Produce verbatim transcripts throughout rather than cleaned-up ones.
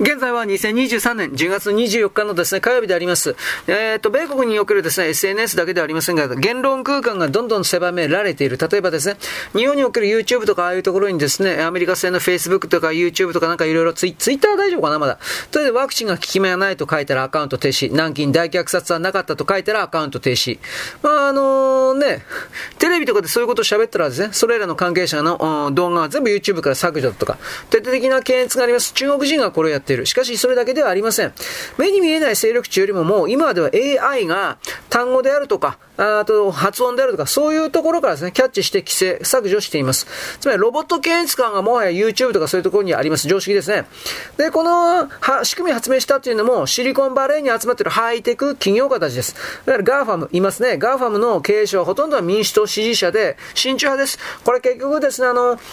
現在はにせんにじゅうさんねんじゅうがつにじゅうよっかのですね、火曜日であります。えっと、米国におけるですね、エスエヌエス だけではありませんが、言論空間がどんどん狭められている。例えばですね、日本における YouTube とかああいうところにですね、アメリカ製の Facebook とか YouTube とかなんかいろいろツイ、ツイッター大丈夫かなまだ。とりあえずワクチンが効き目がないと書いたらアカウント停止。南京大虐殺はなかったと書いたらアカウント停止。まあ、あのね、テレビとかでそういうことを喋ったらですね、それらの関係者の動画は全部 YouTube から削除とか、徹底的な検閲があります。中国人がこれをやっている。しかしそれだけではありません。目に見えない勢力値よりももう今では エーアイ が単語であるとか、あと発音であるとか、そういうところからですね、キャッチして規制、削除しています。つまりロボット検閲官がもはや YouTube とかそういうところにあります。常識ですね。で、この仕組みを発明したっていうのもシリコンバレーに集まっているハイテク企業家たちです。だから ガーファム いますね。ガーファム の経営者はほとんどは民主党支持者で親中派です。これ結局ですね、あの、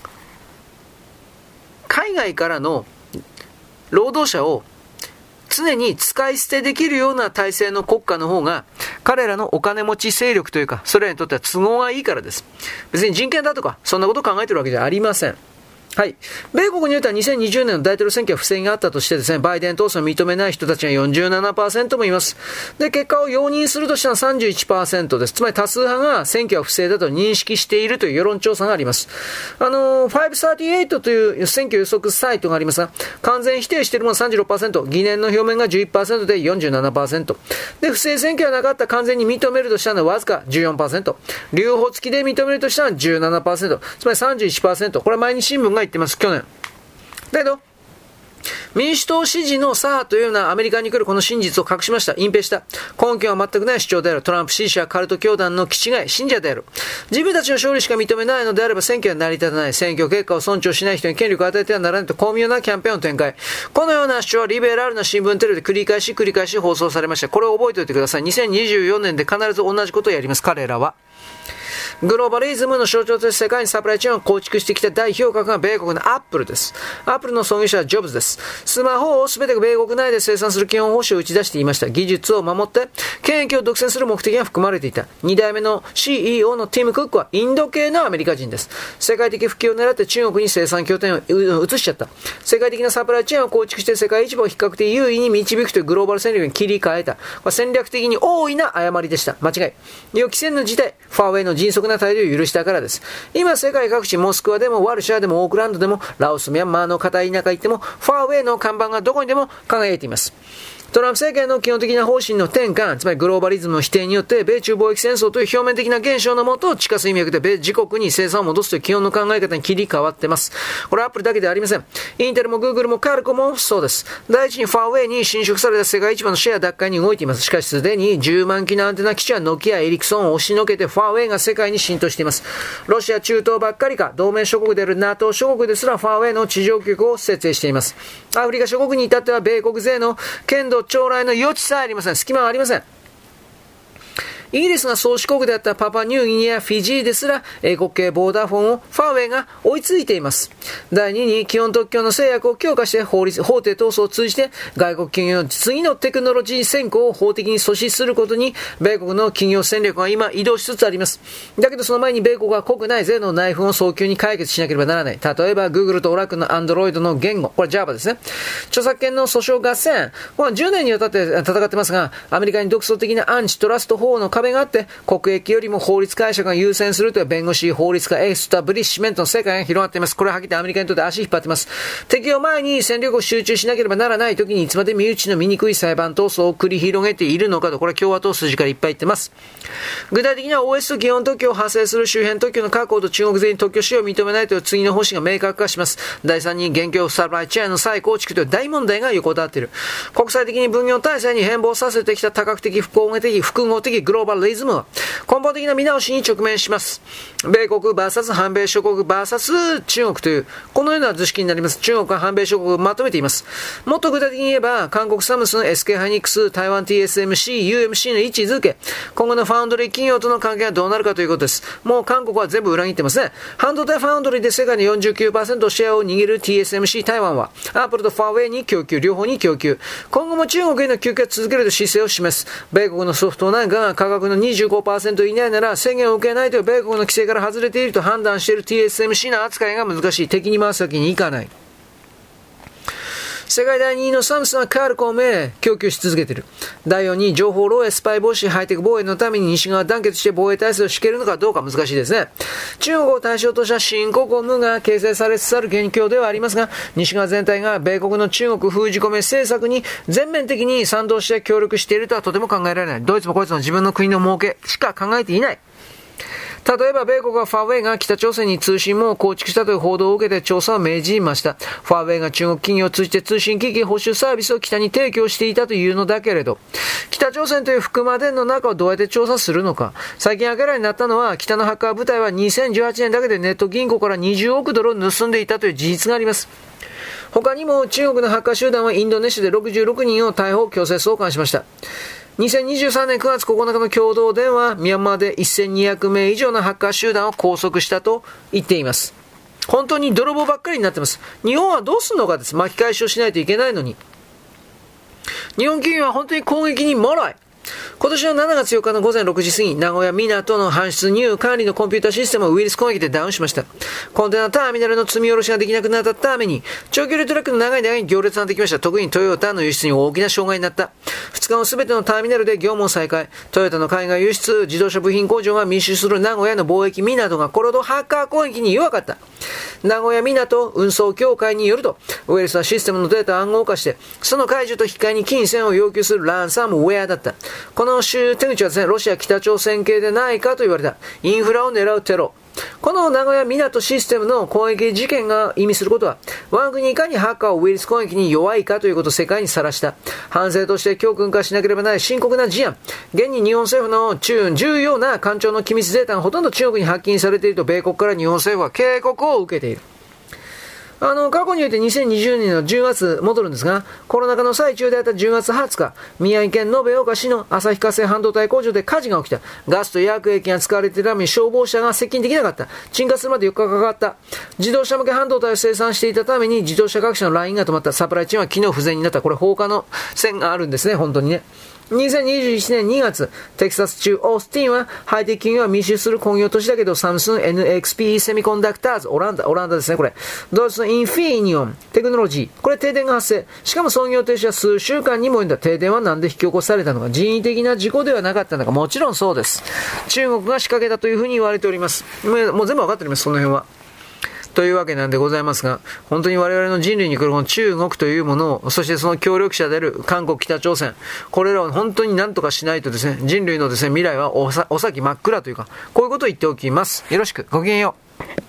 海外からの労働者を常に使い捨てできるような体制の国家の方が彼らのお金持ち勢力というかそれらにとっては都合がいいからです。別に人権だとかそんなことを考えているわけじゃありません。はい。米国においてはにせんにじゅうねんの大統領選挙は不正があったとしてですね、バイデン当選を認めない人たちが よんじゅうななパーセント もいます。で、結果を容認するとしたら さんじゅういちパーセント です。つまり多数派が選挙は不正だと認識しているという世論調査があります。あの、ごひゃくさんじゅうはちという選挙予測サイトがありますが、完全否定しているもの さんじゅうろくパーセント、疑念の表面が じゅういちパーセント で よんじゅうななパーセント。で、不正選挙はなかった完全に認めるとしたのはわずか じゅうよんパーセント。留保付きで認めるとしたのは じゅうななパーセント。つまり さんじゅういちパーセント。これは毎日新聞が言ってます、去年。だけど、民主党支持の左派というようなアメリカに来るこの真実を隠しました。隠蔽した。根拠は全くない主張である。トランプ支持者、カルト教団の気違い、信者である。自分たちの勝利しか認めないのであれば選挙は成り立たない。選挙結果を尊重しない人に権力を与えてはならないと巧妙なキャンペーンを展開。このような主張はリベラルな新聞テレビで繰り返し繰り返し放送されました。これを覚えておいてください。にせんにじゅうよねんで必ず同じことをやります。彼らは。グローバリズムの象徴として世界にサプライチェーンを構築してきた代表格が米国のアップルです。アップルの創業者はジョブズです。スマホをすべて米国内で生産する基本方針を打ち出していました。技術を守って権益を独占する目的が含まれていた。に代目の シーイーオー のティム・クックはインド系のアメリカ人です。世界的普及を狙って中国に生産拠点を移しちゃった。世界的なサプライチェーンを構築して世界市場を比較的優位に導くというグローバル戦略に切り替えた。戦略的に大いな誤りでした。間違い。予期せぬ事態、ファーウェイの迅速な態度を許したからです。今世界各地、モスクワでもワルシャワでもオークランドでもラオス、ミャンマーの片田舎行ってもファーウェイの看板がどこにでも輝いています。トランプ政権の基本的な方針の転換、つまりグローバリズムの否定によって米中貿易戦争という表面的な現象のもと地下水脈で米自国に生産を戻すという基本の考え方に切り替わっています。これはアップルだけではありません。インテルもグーグルもカルコもそうです。第一にファーウェイに侵食された世界市場のシェア奪回に動いています。しかしすでにじゅうまん機のアンテナ基地はノキア、エリクソンを押しのけてファーウェイが世界に浸透しています。ロシア、中東ばっかりか、同盟諸国である NATO 諸国ですらファーウェイの地上局を設営しています。アフリカ諸国に至っては米国勢の剣道将来の余地さえありません。隙間はありません。イギリスが宗主国であったパパニューギニアやフィジーですら英国系ボーダーフォンをファーウェイが追いついています。第二に基本特許の制約を強化して法律、法廷闘争を通じて外国企業の次のテクノロジー先行を法的に阻止することに米国の企業戦略が今移動しつつあります。だけどその前に米国は国内税の内紛を早急に解決しなければならない。例えば Google と Oracle の Android の言語、これ Java ですね。著作権の訴訟合戦、これじゅうねんにわたって戦ってますが、アメリカに独創的なアンチトラスト法の壁があって国益よりも法律解釈が優先するという弁護士、法律家、エスタブリッシュメントの世界が広がっています。これははっきりアメリカにとって足引っ張っています。敵を前に戦力を集中しなければならない時にいつまで身内の醜い裁判闘争を繰り広げているのかと、これは共和党筋からいっぱい言っています。具体的には オーエス と基本特許を派生する周辺特許の確保と中国勢に特許使用を認めないという次の方針が明確化します。第三に現況サプライチェーンの再構築という大問題が横たわっている。国際的に分業体制に変貌させてきた多角的、複合的、複合的グローバリズムは根本的な見直しに直面します。米国 ブイエス 反米諸国 ブイエス 中国というこのような図式になります。中国は反米諸国をまとめています。もっと具体的に言えば韓国サムスン、エスケー ハイニックス、台湾 ティーエスエムシー、ユーエムシー の位置づけ、今後のファウンドリー企業との関係はどうなるかということです。もう韓国は全部裏切ってますね。半導体ファウンドリーで世界の よんじゅうきゅうパーセント シェアを握る ティーエスエムシー 台湾はアップルとファーウェイに供給、両方に供給。今後も中国への供給を続けると姿勢を示す。米国のソフトなんかが価格の にじゅうごパーセント 以内なら制限を受けないと米国の規制から外れていると判断している ティーエスエムシー の扱いが難しい。敵に回すわけにいかない。 世界だいにいのサムスンはカールコムへ供給し続けている。だいよんに情報漏洩、スパイ防止、ハイテク防衛のために西側団結して防衛体制を敷けるのかどうか難しいですね。中国を対象とした新国務が形成されつつある現況ではありますが、西側全体が米国の中国封じ込め政策に全面的に賛同して協力しているとはとても考えられない。ドイツもこいつも自分の国の儲けしか考えていない。例えば米国はファーウェイが北朝鮮に通信網を構築したという報道を受けて調査を命じました。ファーウェイが中国企業を通じて通信機器保守サービスを北に提供していたというのだけれど、北朝鮮という福間伝の中をどうやって調査するのか。最近明らかになったのは、北のハッカー部隊はにせんじゅうはちねんだけでネット銀行からにじゅうおくドルを盗んでいたという事実があります。他にも中国のハッカー集団はインドネシアでろくじゅうろくにんを逮捕強制送還しました。にせんにじゅうさんねんくがつここのかの共同電話、ミャンマーでせんにひゃくめい以上のハッカー集団を拘束したと言っています。本当に泥棒ばっかりになっています。日本はどうするのかです。巻き返しをしないといけないのに。日本企業は本当に攻撃にもろい。今年のしちがつよっかのごぜんろくじ過ぎ、名古屋港の搬出入管理のコンピュータシステムをウイルス攻撃でダウンしました。コンテナターミナルの積み下ろしができなくなったために、長距離トラックの長い長い行列ができました。特にトヨタの輸出に大きな障害になった。ふつかのすべてのターミナルで業務を再開。トヨタの海外輸出、自動車部品工場が密集する名古屋の貿易港がこれほどハッカー攻撃に弱かった。名古屋港運送協会によると、ウイルスはシステムのデータを暗号化して、その解除と引き換えに金銭を要求するランサムウェアだった。この手口はですね、ロシア北朝鮮系でないかと言われた。インフラを狙うテロ。この名古屋港システムの攻撃事件が意味することは、我が国いかにハッカーをウイルス攻撃に弱いかということを世界にさらした。反省として教訓化しなければならない深刻な事案。現に日本政府の中重要な官庁の機密データがほとんど中国にハッキングされていると米国から日本政府は警告を受けている。あの、過去においてにせんにじゅうねんのじゅうがつ戻るんですが、コロナ禍の最中であったじゅうがつはつか、宮城県延岡市の旭化成半導体工場で火事が起きた。ガスと薬液が使われているために消防車が接近できなかった。鎮火するまでよっかかかった。自動車向け半導体を生産していたために自動車各社のラインが止まった。サプライチェーンは機能不全になった。これ放火の線があるんですね、本当にね。にせんにじゅういちねんにがつ、テキサス州オースティンはハイテク企業が密集する工業都市だけど、サムスン エヌエックスピー セミコンダクターズ、オランダ、オランダですね、これ。ドイツのインフィニオン、テクノロジー、これ停電が発生。しかも操業停止は数週間にも及んだ。停電はなんで引き起こされたのか。人為的な事故ではなかったのか。もちろんそうです。中国が仕掛けたというふうに言われております。もう全部わかっております、その辺は。というわけなんでございますが、本当に我々の人類に来るこの中国というものを、そしてその協力者である韓国、北朝鮮、これらを本当に何とかしないとですね、人類のですね、未来はおさ、お先真っ暗というか、こういうことを言っておきます。よろしく、ごきげんよう。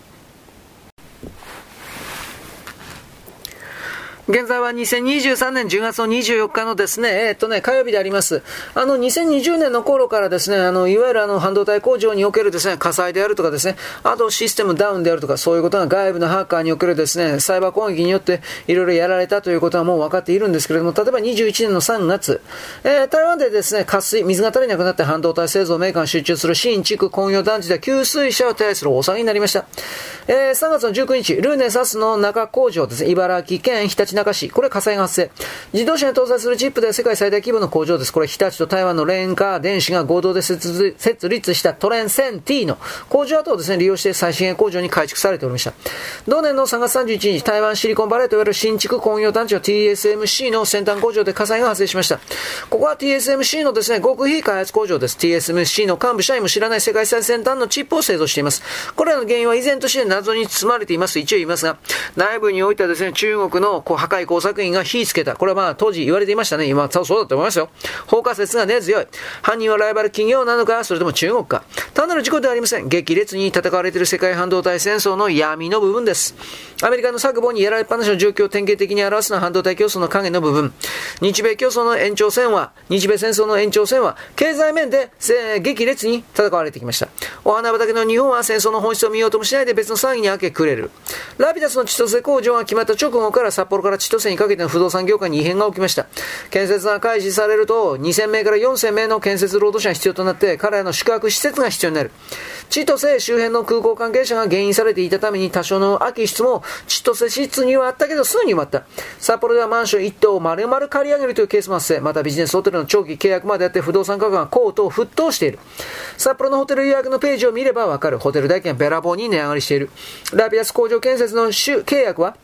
現在はにせんにじゅうさんねんじゅうがつのにじゅうよっかのですね、えー、っとね、火曜日であります。あの、にせんにじゅうねんの頃からですね、あの、いわゆるあの、半導体工場におけるですね、火災であるとかですね、あとシステムダウンであるとか、そういうことが外部のハッカーにおけるですね、サイバー攻撃によっていろいろやられたということはもう分かっているんですけれども、例えばにじゅういちねんのさんがつ、えー、台湾でですね、渇水、水が足りなくなって半導体製造メーカーに集中する新築工業団地で給水車を対する大騒ぎになりました。えー、さんがつのじゅうくにち、ルーネサスの中工場ですね、茨城県ひたちなか市、これ火災が発生。自動車に搭載するチップで世界最大規模の工場です。これ日立と台湾のレーンカー電子が合同で設立したトレンセン T の工場跡をですね、利用して最新鋭工場に改築されておりました。同年のさんがつさんじゅういちにち、台湾シリコンバレーといわれる新築工業団地の ティーエスエムシー の先端工場で火災が発生しました。ここは ティーエスエムシー のですね、極秘開発工場です。ティーエスエムシー の幹部社員も知らない世界最先端のチップを製造しています。これらの原因は依然として謎に包まれています。一応言いますが、内部においてはですね、中国のこう破壊工作員が火つけた。これはまあ当時言われていましたね。今はそうだと思いますよ。放火説が根強い。犯人はライバル企業なのか、それとも中国か。単なる事故ではありません。激烈に戦われている世界半導体戦争の闇の部分です。アメリカの錯誤にやられっぱなしの状況を典型的に表すのは半導体競争の影の部分。日米競争の延長線は、日米戦争の延長線は、経済面で激烈に戦われてきました。お花畑の日本は戦争の本質を見ようともしないで別の騒ぎに明け暮れる。ラピダスの千歳工場が決まった直後から札幌から千歳にかけての不動産業界に異変が起きました。建設が開始されるとにせんめいからよんせんめいの建設労働者が必要となって彼らの宿泊施設が必要になる。千歳周辺の空港関係者が減員されていたために多少の空き室も千歳市室にはあったけどすぐに埋まった。札幌ではマンション一棟を丸々借り上げるというケースも発生。またビジネスホテルの長期契約まであって不動産価格が高騰沸騰している。札幌のホテル予約のページを見ればわかる。ホテル代金はべらぼうに値上がりしている。ラピダス工場建設の契約は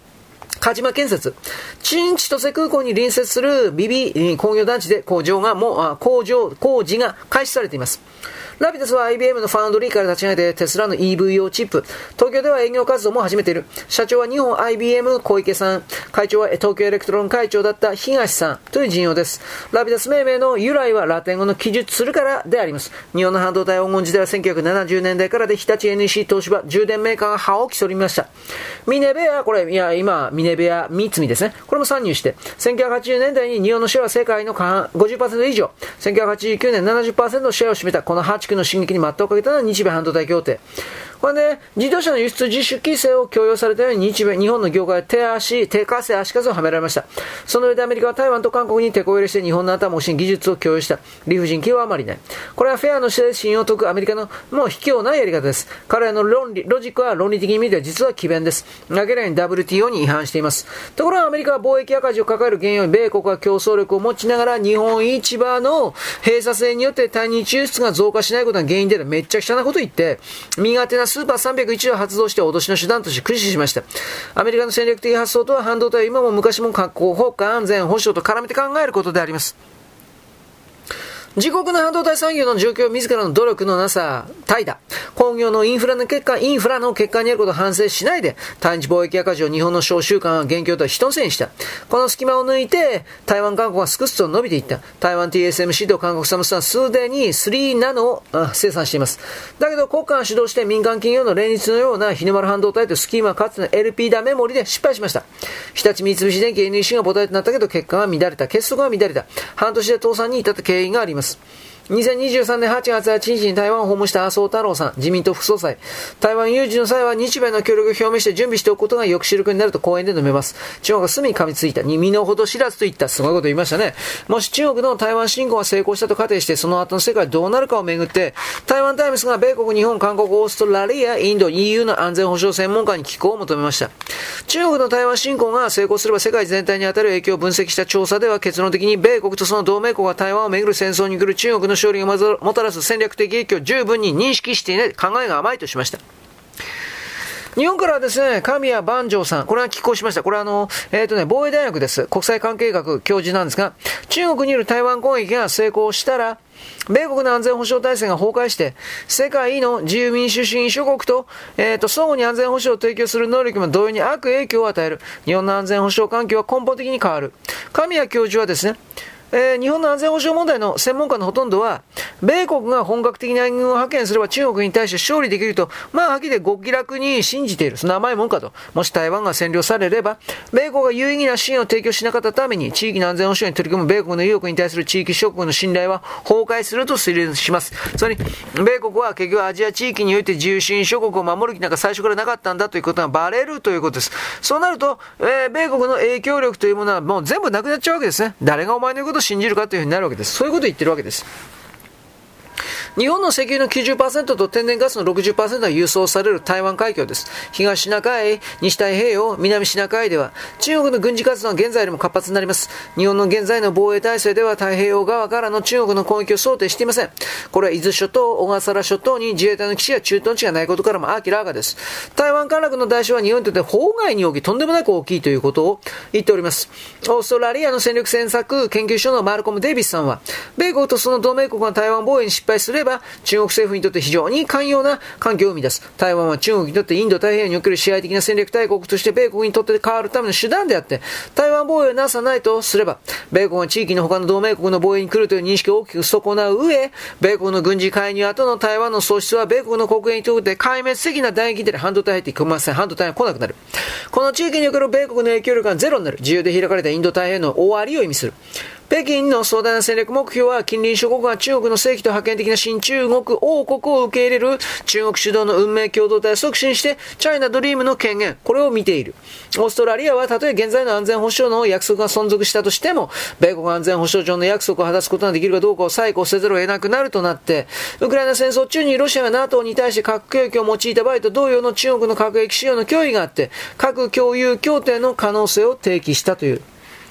鹿島建設。新千歳空港に隣接するビビ工業団地で工場がもう、工場、工事が開始されています。ラピダスは アイビーエム のファウンドリーから立ち上げてテスラの イーブイ 用チップ。東京では営業活動も始めている。社長は日本 アイビーエム 小池さん。会長は東京エレクトロン会長だった東さんという陣容です。ラピダス命名の由来はラテン語の記述するからであります。日本の半導体黄金時代はせんきゅうひゃくななじゅうねんだいからで日立 エヌイーシー 東芝、充電メーカーが歯を競りました。ミネベア、これ、いや、今、ミネベア、三井ですね。これも参入して、せんきゅうひゃくはちじゅうねんだいに日本のシェアは世界の過半 ごじゅっパーセント 以上、せんきゅうひゃくはちじゅうきゅうねん ななじゅっパーセント のシェアを占めたこのはち区の進撃に全うをかけたのは日米半導体協定。これね、自動車の輸出自主規制を強要されたように日米、日本の業界は手足、手稼足数をはめられました。その上でアメリカは台湾と韓国に手こ入れして日本の頭を押し技術を供与した。理不尽気はあまりない。これはフェアの精神を解くアメリカのもう卑怯なやり方です。彼らの論理、ロジックは論理的に見て実は奇弁です。明らかに ダブリューティーオー に違反しています。ところがアメリカは貿易赤字を抱える原因を米国は競争力を持ちながら日本市場の閉鎖性によって対日輸出が増加しないことが原因でめっちゃくちゃなこと言って、身勝手なスーパーさんびゃくいちを発動して脅しの手段として駆使しました。アメリカの戦略的発想とは半導体は今も昔も国家安全保障と絡めて考えることであります。自国の半導体産業の状況を自らの努力のなさ、怠惰、工業のインフラの結果、インフラの結果にあることを反省しないで、対日貿易赤字を日本の小習慣は現況とは一つにした。この隙間を抜いて、台湾韓国はすくすと伸びていった。台湾 ティーエスエムシー と韓国サムスターはすでにスリーナノを生産しています。だけど国家が主導して民間企業の連立のような日の丸半導体とスキーマかつての エルピー ダメモリで失敗しました。日立三菱電機 エヌイーシー が母体となったけど結果が乱れた。結束が乱れた。半年で倒産に至った経緯があります。にせんにじゅうさんねんはちがつはちにちに台湾を訪問した麻生太郎さん、自民党副総裁。台湾有事の際は日米の協力を表明して準備しておくことが抑止力になると講演で述べます。中国が隅に噛みついた。身の程知らずといったすごいこと言いましたね。もし中国の台湾侵攻が成功したと仮定して、その後の世界はどうなるかをめぐって、台湾タイムズが米国、日本、韓国、オーストラリア、インド、イーユー の安全保障専門家に寄稿を求めました。中国の台湾侵攻が成功すれば世界全体に与える影響を分析した調査では結論的に米国とその同盟国が台湾をめぐる戦争に来る中国の勝利がまずもたらす戦略的影響を十分に認識していない、考えが甘いとしました。日本からはですね、神谷万丈さん、これは寄稿しました。これはあの、えっとね、防衛大学です。国際関係学教授なんですが、中国による台湾攻撃が成功したら、米国の安全保障体制が崩壊して、世界の自由民主主義諸国と、えっと、相互に安全保障を提供する能力も同様に悪影響を与える。日本の安全保障環境は根本的に変わる。神谷教授はですね、えー、日本の安全保障問題の専門家のほとんどは、米国が本格的な援軍を派遣すれば中国に対して勝利できると、まあ、はっきりでご気楽に信じている。そんな甘いもんかと。もし台湾が占領されれば、米国が有意義な支援を提供しなかったために、地域の安全保障に取り組む米国の意欲に対する地域諸国の信頼は崩壊すると推論します。つまり、米国は結局アジア地域において自由主義諸国を守る気なんか最初からなかったんだということがバレるということです。そうなると、えー、米国の影響力というものはもう全部なくなっちゃうわけですね。誰がお前の言うことを信じるかというふうになるわけです。そういうことを言ってるわけです。日本の石油の きゅうじゅっパーセント と天然ガスの ろくじゅっパーセント が輸送される台湾海峡です。東シナ海、西太平洋、南シナ海では中国の軍事活動は現在よりも活発になります。日本の現在の防衛体制では太平洋側からの中国の攻撃を想定していません。これは伊豆諸島、小笠原諸島に自衛隊の基地や駐屯地がないことからも明らかです。台湾陥落の代償は日本にとって法外に大きい、とんでもなく大きいということを言っております。オーストラリアの戦略政策研究所のマルコム・デイビスさんは、米国とその同盟国が台湾防衛に失敗すれば中国政府にとって非常に寛容な環境を生み出す。台湾は中国にとってインド太平洋における支配的な戦略大国として米国にとって変わるための手段であって、台湾防衛をなさないとすれば、米国は地域の他の同盟国の防衛に来るという認識を大きく損なう上、米国の軍事介入後の台湾の喪失は米国の国営にとって壊滅的な打撃で半導体入ってきません。半導体が来なくなる。この地域における米国の影響力がゼロになる。自由で開かれたインド太平洋の終わりを意味する。北京の壮大な戦略目標は近隣諸国が中国の正規と覇権的な新中国王国を受け入れる中国主導の運命共同体を促進してチャイナドリームの権限、これを見ている。オーストラリアはたとえ現在の安全保障の約束が存続したとしても、米国安全保障上の約束を果たすことができるかどうかを再考せざるを得なくなるとなって、ウクライナ戦争中にロシアが ナトー に対して核兵器を用いた場合と同様の中国の核兵器使用の脅威があって、核共有協定の可能性を提起したという。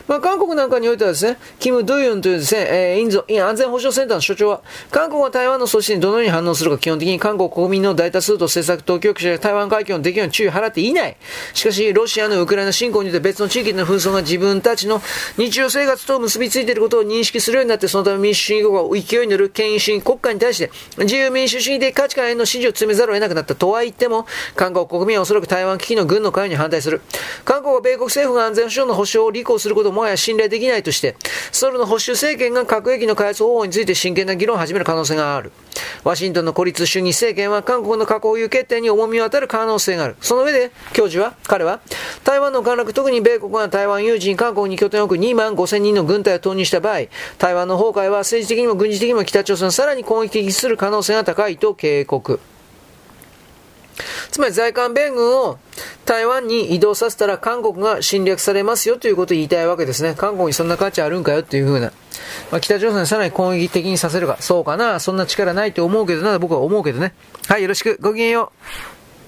まあ、韓国なんかにおいてはですね、キム・ドゥユンというですね、えー、インド安全保障センターの所長は、韓国が台湾の措置にどのように反応するか、基本的に韓国国民の大多数と政策当局者が台湾海峡の出来に注意を払っていない。しかし、ロシアのウクライナ侵攻によって別の地域での紛争が自分たちの日常生活と結びついていることを認識するようになって、そのため民主主義国が勢いに乗る権威主義国家に対して、自由民主主義的価値観への支持を詰めざるを得なくなったとは言っても、韓国国民はおそらく台湾危機の軍の関与に反対する。韓国は米国政府が安全保障の保障を履行することをもはや信頼できないとして、ソウルの保守政権が核兵器の開発方法について真剣な議論を始める可能性がある。ワシントンの孤立主義政権は韓国の核保有決定に重みを与える可能性がある。その上で、教授は、彼は、台湾の陥落、特に米国が台湾有事に韓国に拠点を置くにまんごせんにんの軍隊を投入した場合、台湾の崩壊は政治的にも軍事的にも北朝鮮をさらに攻撃的にする可能性が高いと警告。つまり在韓米軍を台湾に移動させたら韓国が侵略されますよということを言いたいわけですね。韓国にそんな価値あるんかよっていう風な。まあ、北朝鮮をさらに攻撃的にさせるか。そうかな。そんな力ないと思うけどな。僕は思うけどね。はい、よろしく。ごきげんよう。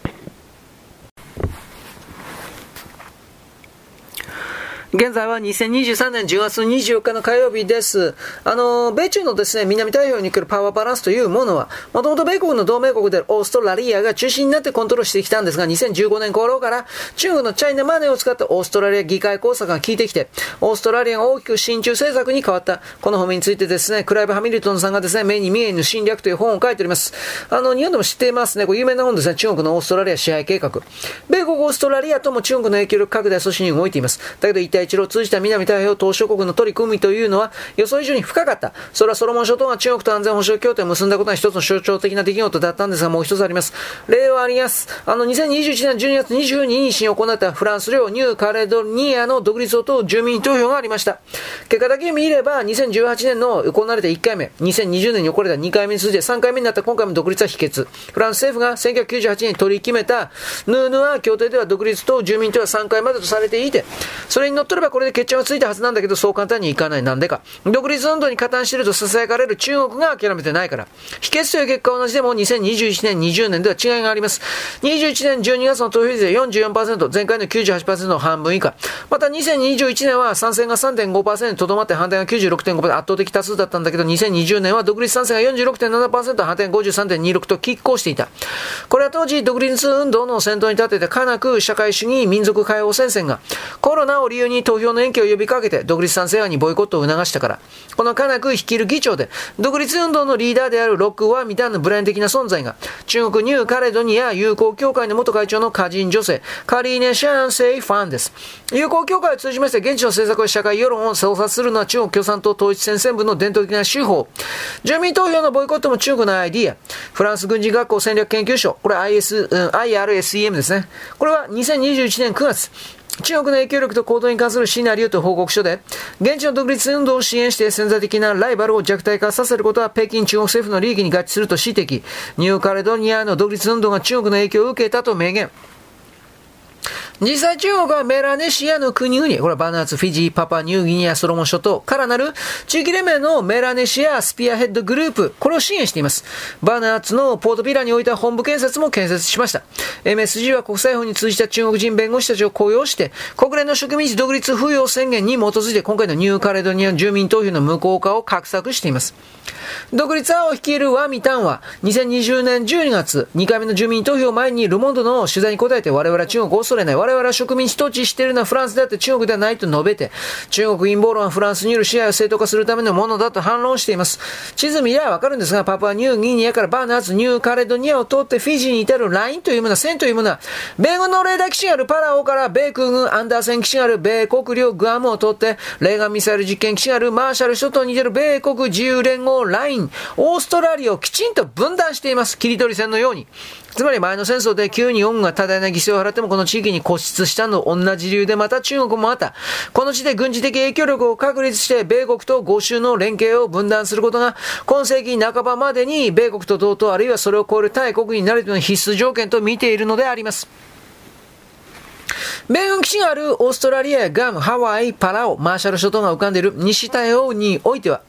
現在はにせんにじゅうさんねんじゅうがつにじゅうよっかの火曜日です。あの、米中のですね、南太平洋に来るパワーバランスというものは、もともと米国の同盟国であるオーストラリアが中心になってコントロールしてきたんですが、にせんじゅうごねん頃から中国のチャイナマネーを使ったオーストラリア議会工作が効いてきて、オーストラリアが大きく親中政策に変わった。この方面についてですね、クライブ・ハミルトンさんがですね、目に見えぬ侵略という本を書いております。あの、日本でも知っていますね。これ有名な本ですね。中国のオーストラリア支配計画。米国、オーストラリアとも中国の影響力拡大阻止に動いています。だけど一帯一路を通じた南太平洋島しょ国の取り組みというのは予想以上に深かった。それはソロモン諸島が中国と安全保障協定を結んだことが一つの象徴的な出来事だったんですが、もう一つあります。例はあります。あのにせんにじゅういちねんじゅうにがつにじゅうににちに行ったフランス領ニューカレドニアの独立を問う住民投票がありました。結果だけ見ればにせんじゅうはちねんの行われたいっかいめ、にせんにじゅうねんに行われたにかいめに続いてさんかいめになった今回も独立は否決。フランス政府がせんきゅうひゃくきゅうじゅうはちねんに取り決めたヌーヌア協定では独立と住民とはさんかいまでとされていて、それに乗っ取ればこれで決着がついたはずなんだけど、そう簡単にいかない。なんでか。独立運動に加担していると囁かれる中国が諦めてないから。否決という結果は同じでもにせんにじゅういちねん、にじゅうねんでは違いがあります。にじゅういちねんじゅうにがつの投票率で よんじゅうよんパーセント、前回の きゅうじゅうはちパーセント の半分以下。またにせんにじゅういちねんは賛成が さんてんごパーセント にとどまって反対が きゅうじゅうろくてんごパーセント、圧倒的多数だったんだけど、にせんにじゅうねんは独立賛成が よんじゅうろくてんななパーセント、反対が ごじゅうさんてんにじゅうろく と拮抗していた。これは当時独立運動の先頭に立っていたカナク社会主義民族解放戦線がコロナを理由に投票の延期を呼びかけて独立賛成案にボイコットを促したから。このカナク率いる議長で独立運動のリーダーであるロック・ワンみたいなブレーン的な存在が中国ニューカレドニア友好協会の元会長の歌人女性カリーネ・シャンセイ・ファンです。友好協会を通じまして現地の政策や社会世論を操作するのは中国共産党統一戦線部の伝統的な手法。住民投票のボイコットも中国のアイディア。フランス軍事学校戦略研究所、これ アイエス、うん、アイアールエスイーエム ですね。これはにせんにじゅういちねんくがつ、中国の影響力と行動に関するシナリオと報告書で、現地の独立運動を支援して潜在的なライバルを弱体化させることは北京中国政府の利益に合致すると指摘。ニューカレドニアの独立運動が中国の影響を受けたと明言。実際中国はメラネシアの国々、これはバナーツ、フィジー、パパ、ニューギニア、ソロモン諸島からなる地域連盟のメラネシアスピアヘッドグループ、これを支援しています。バナーツのポートピラにおいては本部建設も建設しました。エムエスジー は国際法に通じた中国人弁護士たちを雇用して、国連の植民地独立付与宣言に基づいて今回のニューカレドニア住民投票の無効化を画策しています。独立派を率いるワミタンはにせんにじゅうねんじゅうにがつにかいめの住民投票前にルモンドの取材に答えて、我々は中国を恐れない、我々は植民地統治しているのはフランスであって中国ではないと述べて、中国陰謀論はフランスによる支配を正当化するためのものだと反論しています。地図見ればわかるんですが、パプアニューギニアからバーナーズ、ニューカレドニアを通ってフィジーに至るラインというものは、線というものは、米軍のレーダー基地があるパラオから米空軍アンダーセン基地がある米国領グアムを通って、レーガンミサイル実験基地があるマーシャル諸島に至る米国自由連合ライン、オーストラリアをきちんと分断しています。切り取り線のように。つまり前の戦争で旧日本軍が多大な犠牲を払ってもこの地域に固執したのと同じ理由で、また中国もまたこの地で軍事的影響力を確立して米国と豪州の連携を分断することが今世紀半ばまでに米国と同等あるいはそれを超える大国になるというのは必須条件と見ているのであります。米軍基地があるオーストラリアやグアム、ハワイ、パラオ、マーシャル諸島が浮かんでいる西太平洋においては、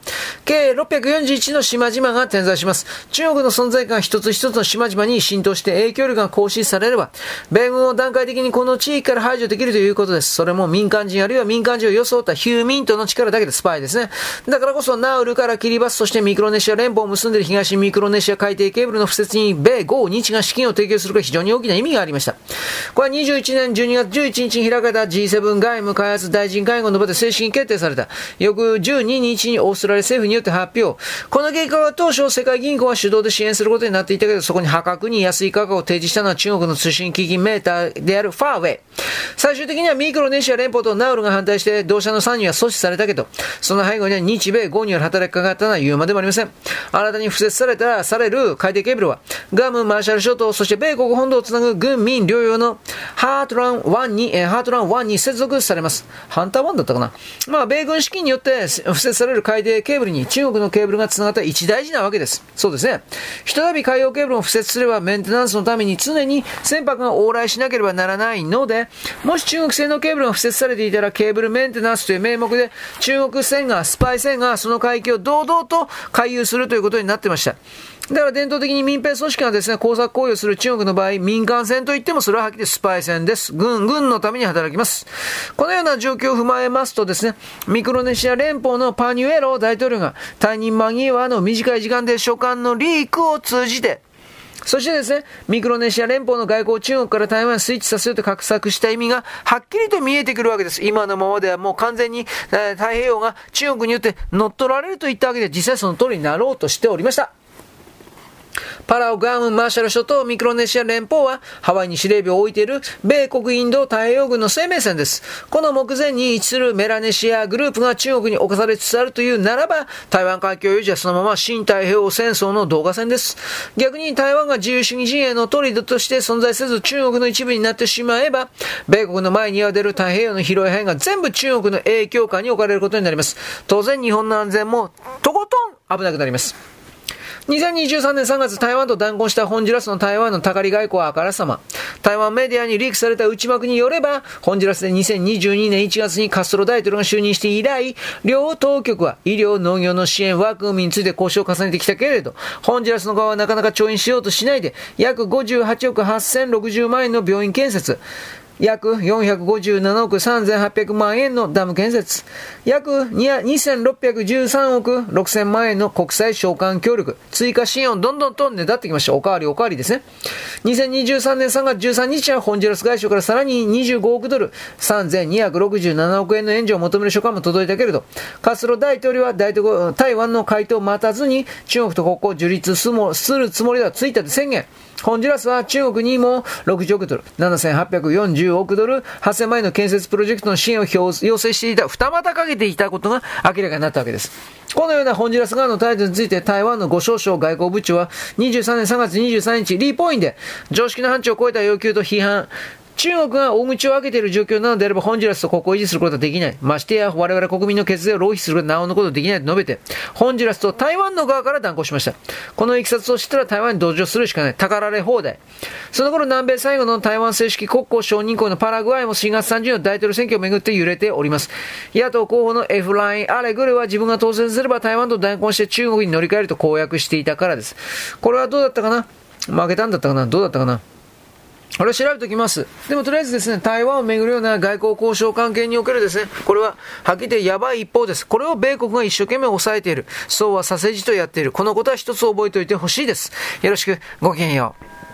計ろっぴゃくよんじゅういちの島々が点在します。中国の存在感一つ一つの島々に浸透して影響力が行使されれば、米軍を段階的にこの地域から排除できるということです。それも民間人あるいは民間人を装ったヒューミントの力だけでスパイですね。だからこそナウルからキリバス、そしてミクロネシア連邦を結んでいる東ミクロネシア海底ケーブルの敷設に米豪日が資金を提供するが非常に大きな意味がありました。これはにじゅういちねんじゅうにがつじゅういちにちに開かれた ジーセブン 外務開発大臣会合の場で正式に決定された。翌じゅうににちにオーストラリア政府によって発表。この計画は当初世界銀行が主導で支援することになっていたけど、そこに破格に安い価格を提示したのは中国の通信基金メーターであるファーウェイ。最終的にはミクロネシア連邦とナウルが反対して同社の参入は阻止されたけど、その背後には日米豪による働きかかったのは言うまでもありません。新たに敷設された、される海底ケーブルは、グアム、マーシャル諸島、そして米国本土をつなぐ軍民両用のハートランワンに、えー、ハートランワンに接続されます。ハンターワンだったかな。まあ、米軍資金によって敷設される海底ケーブルに中国のケーブルがつながった一大事なわけです。そうですね。ひとたび海洋ケーブルを敷設すればメンテナンスのために常に船舶が往来しなければならないので、もし中国製のケーブルが敷設されていたらケーブルメンテナンスという名目で中国船が、スパイ船がその海域を堂々と回遊するということになってました。だから伝統的に民兵組織がですね、工作行為をする中国の場合、民間船といってもそれははっきりスパイ船です。軍、軍のために働きます。このような状況を踏まえますとですね、ミクロネシア連邦のパニュエロ大統領が退任間際の短い時間で書簡のリークを通じて、そしてですね、ミクロネシア連邦の外交を中国から台湾にスイッチさせようと画策した意味がはっきりと見えてくるわけです。今のままではもう完全に、えー、太平洋が中国によって乗っ取られるといったわけで、実際その通りになろうとしておりました。パラオ、グアム、マーシャル諸島、ミクロネシア連邦はハワイに司令部を置いている米国インド太平洋軍の生命線です。この目前に位置するメラネシアグループが中国に侵されつつあるというならば、台湾海峡有事はそのまま新太平洋戦争の動画線です。逆に台湾が自由主義陣営の砦として存在せず中国の一部になってしまえば、米国の前には出る太平洋の広い範囲が全部中国の影響下に置かれることになります。当然日本の安全もとことん危なくなります。にせんにじゅうさんねんさんがつ、台湾と断交したホンジュラスの台湾のたかり外交はあからさま。台湾メディアにリークされた内幕によれば、ホンジュラスでにせんにじゅうにねんいちがつにカストロ大統領が就任して以来、両当局は医療農業の支援枠組みについて交渉を重ねてきたけれど、ホンジュラスの側はなかなか調印しようとしないで、約ごじゅうはちおくはっせんろくじゅうまんえんの病院建設、約よんひゃくごじゅうななおくさんぜんはっぴゃくまんえんのダム建設、約にせんろっぴゃくじゅうさんおくろくせんまんえんの国際償還協力、追加支援をどんどんとねだってきました。おかわりおかわりですね。にせんにじゅうさんねんさんがつじゅうさんにちはホンジュラス外相からさらににじゅうごおくドル、さんぜんにひゃくろくじゅうななおくえんの援助を求める書簡も届いたけれど、カストロ大統領は大統領台湾の回答を待たずに中国と国交を樹立するつもりだとついたと宣言。ホンジュラスは中国にもろくじゅうおくドル、ななせんはっぴゃくよんじゅうおくドル、はっせんまんえんの建設プロジェクトの支援を要請していた、二股かけていたことが明らかになったわけです。このようなホンジュラス側の態度について台湾の呉しょう燮外交部長はにじゅうさんねんさんがつにじゅうさんにち、リーポインで常識の範疇を超えた要求と批判、中国が大口を開けている状況なのであれば、ホンジュラスと国交を維持することはできない。ましてや、我々国民の血税を浪費することはなおのことできないと述べて、ホンジュラスと台湾の側から断交しました。このいきさつを知ったら台湾に同情するしかない。たかられ放題。その頃、南米最後の台湾正式国交承認国のパラグアイもしがつさんじゅうにちの大統領選挙をめぐって揺れております。野党候補のエフライン・アレグレは自分が当選すれば台湾と断交して中国に乗り換えると公約していたからです。これはどうだったかな？負けたんだったかな？どうだったかな？これを調べておきます。でもとりあえずですね、台湾をめぐるような外交交渉関係におけるですね、これははっきり言ってやばい一方です。これを米国が一生懸命抑えている。そうはさせじとやっている。このことは一つ覚えておいてほしいです。よろしく、ごきげんよう。